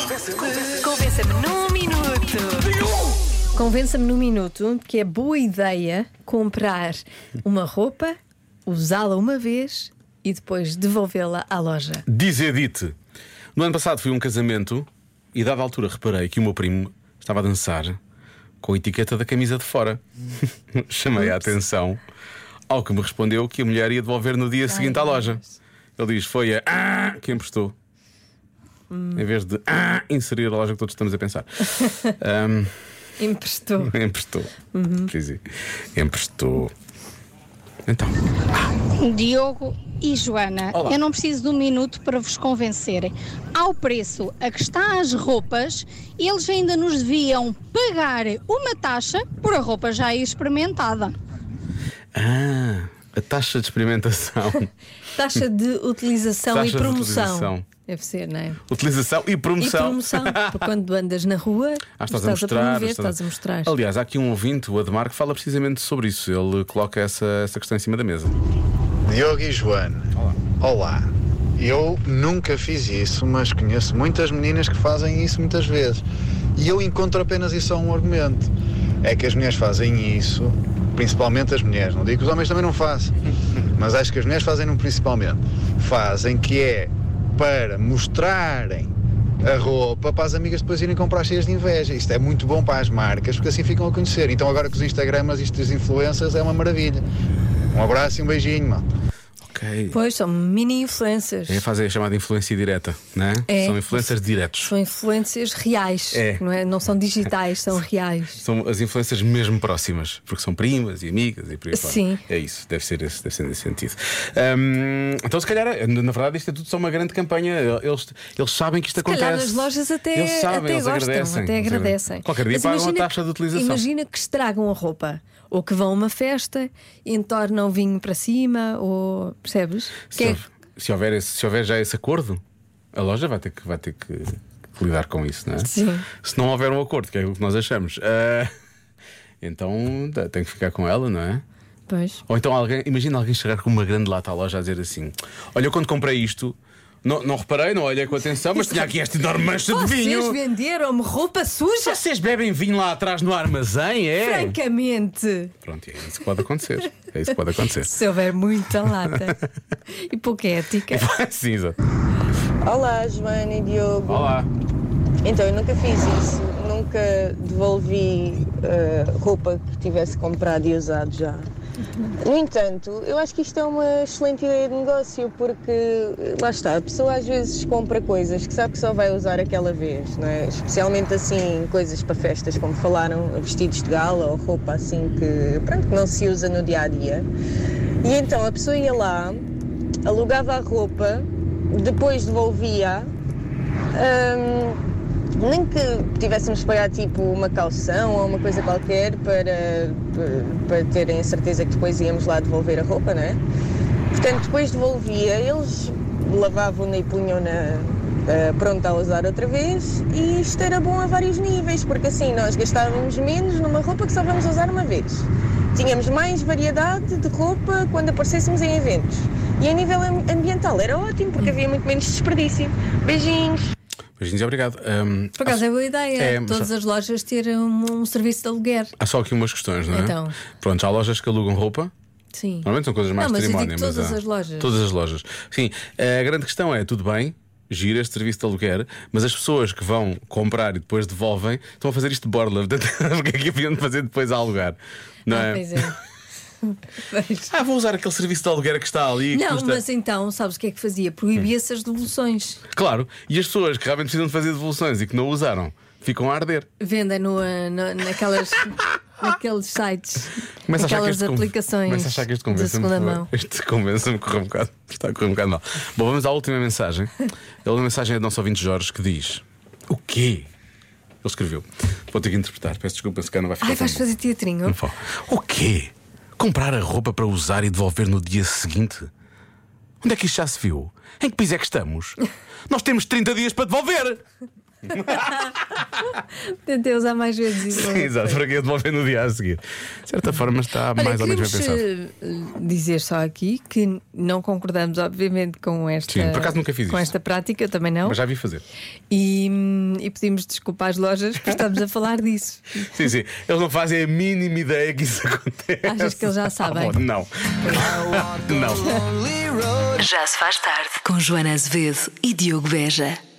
Convença-me num minuto. Convença-me num minuto que é boa ideia comprar uma roupa, usá-la uma vez e depois devolvê-la à loja. Diz Edith: no ano passado fui a um casamento e, dada altura, reparei que o meu primo estava a dançar com a etiqueta da camisa de fora. Chamei a atenção ao que me respondeu que a mulher ia devolver no dia seguinte à loja. Ele diz: foi a que emprestou, em vez de inserir a loja que todos estamos a pensar. Emprestou. Emprestou. Emprestou. Então. Diogo e Joana, Olá. eu não preciso de um minuto para vos convencerem. Ao preço a que está as roupas, eles ainda nos deviam pagar uma taxa por a roupa já experimentada. A taxa de experimentação. Taxa de utilização Taxa e de promoção. utilização. Deve ser, não é? Utilização e promoção. E promoção. Porque quando andas na rua, Estás a mostrar, promover, estás a mostrar. Aliás, há aqui um ouvinte, o Ademar, que fala precisamente sobre isso. Ele coloca essa questão em cima da mesa. Diogo e Joana. Olá. Eu nunca fiz isso, mas conheço muitas meninas que fazem isso muitas vezes. E eu encontro apenas isso a um argumento. É que as mulheres fazem isso, principalmente as mulheres. Não digo que os homens também não façam, mas acho que as mulheres fazem principalmente. Fazem que é para mostrarem a roupa para as amigas depois irem comprar cheias de inveja. Isto é muito bom para as marcas, porque assim ficam a conhecer. Então agora com os Instagrams, isto das influências é uma maravilha. Um abraço e um beijinho, mano. Ok. Pois, são mini influencers. É fazer a chamada influência direta, não é? É. São influencers diretos. São influências reais, É. não é? Não são digitais, são reais. São as influências mesmo próximas, porque são primas e amigas e por aí fora. Sim. É isso, deve ser nesse sentido. Então, se calhar, na verdade, isto é tudo só uma grande campanha. Eles sabem que isto acontece. Calhar as lojas até, eles sabem, até eles gostam, agradecem. até agradecem. Qualquer dia Mas pagam a imagina taxa de utilização. Imagina que estragam a roupa, ou que vão a uma festa e entornam o vinho para cima, ou percebes? Se houver já esse acordo, a loja vai ter que lidar com isso, não é? Sim. Se não houver um acordo, que é o que nós achamos, então tem que ficar com ela, não é? Pois. Ou então imagina alguém chegar com uma grande lata à loja a dizer assim: olha, eu quando comprei isto, não reparei, não olhei com atenção, mas tinha aqui esta enorme mancha de vinho. Vocês venderam-me roupa suja? Vocês bebem vinho lá atrás no armazém, é? Francamente. Pronto, é isso que pode acontecer. É isso que pode acontecer. Se houver muita lata e pouca ética. Sim, exato. Olá, Joana e Diogo. Olá. Então, eu nunca fiz isso, nunca devolvi roupa que tivesse comprado e usado já. No entanto, eu acho que isto é uma excelente ideia de negócio, porque lá está, a pessoa às vezes compra coisas que sabe que só vai usar aquela vez, não é? Especialmente assim, coisas para festas, como falaram, vestidos de gala ou roupa assim que não se usa no dia a dia. E então a pessoa ia lá, alugava a roupa, depois devolvia. Nem que tivéssemos de pagar tipo uma caução ou uma coisa qualquer para terem a certeza que depois íamos lá devolver a roupa, não é? Portanto, depois devolvia, eles lavavam-na e punham-na pronta a usar outra vez, e isto era bom a vários níveis, porque assim nós gastávamos menos numa roupa que só vamos usar uma vez. Tínhamos mais variedade de roupa quando aparecêssemos em eventos. E a nível ambiental era ótimo, porque havia muito menos desperdício. Beijinhos! Beijinhos e obrigado. Por acaso é boa ideia. mas Todas as lojas terem um serviço de aluguer. há só aqui umas questões, não é? Então. Pronto, há lojas que alugam roupa. Sim. Normalmente são coisas mais Não, de mas eu cerimónia. digo todas há- as lojas. Todas as lojas. Sim, a grande questão é: tudo bem, gira este serviço de aluguer, mas as pessoas que vão comprar e depois devolvem estão a fazer isto de borla. Porque é que haviam de fazer depois a alugar? Não é? Pois é. Pois. Vou usar aquele serviço de aluguer que está ali. Que Não, custa... mas então, sabes o que é que fazia? Proibia-se as devoluções. Claro, e as pessoas que realmente precisam de fazer devoluções e que não usaram ficam a arder. Vendem naqueles sites, Começa a achar que naquelas este aplicações Começa a achar que este de convença-me segunda mão. Este convença-me que corre um bocado. Está a correr um bocado mal. Bom, vamos à última mensagem. A última mensagem é do nosso ouvinte Jorge, que diz: o quê? Ele escreveu. Vou ter que interpretar. Peço desculpa, se cá não vai ficar Ai, tão vais bom. fazer teatrinho? Não falo. O quê? Comprar a roupa para usar e devolver no dia seguinte? Onde é que isto já se viu? Em que país é que estamos? Nós temos 30 dias para devolver. Tentei usar mais vezes isso. Sim, exato, para que eu devolver no dia a seguir. De certa forma está mais ou menos bem pensado. Dizer só aqui que não concordamos, obviamente, com esta, Sim, por acaso nunca fiz com isto. esta prática, eu também não. Mas já vi fazer. E pedimos desculpa às lojas por estarmos a falar disso. Sim, sim. Eles não fazem a mínima ideia que isso acontece. Achas que eles já sabem? Não. Não. Já se faz tarde com Joana Azevedo e Diogo Beja.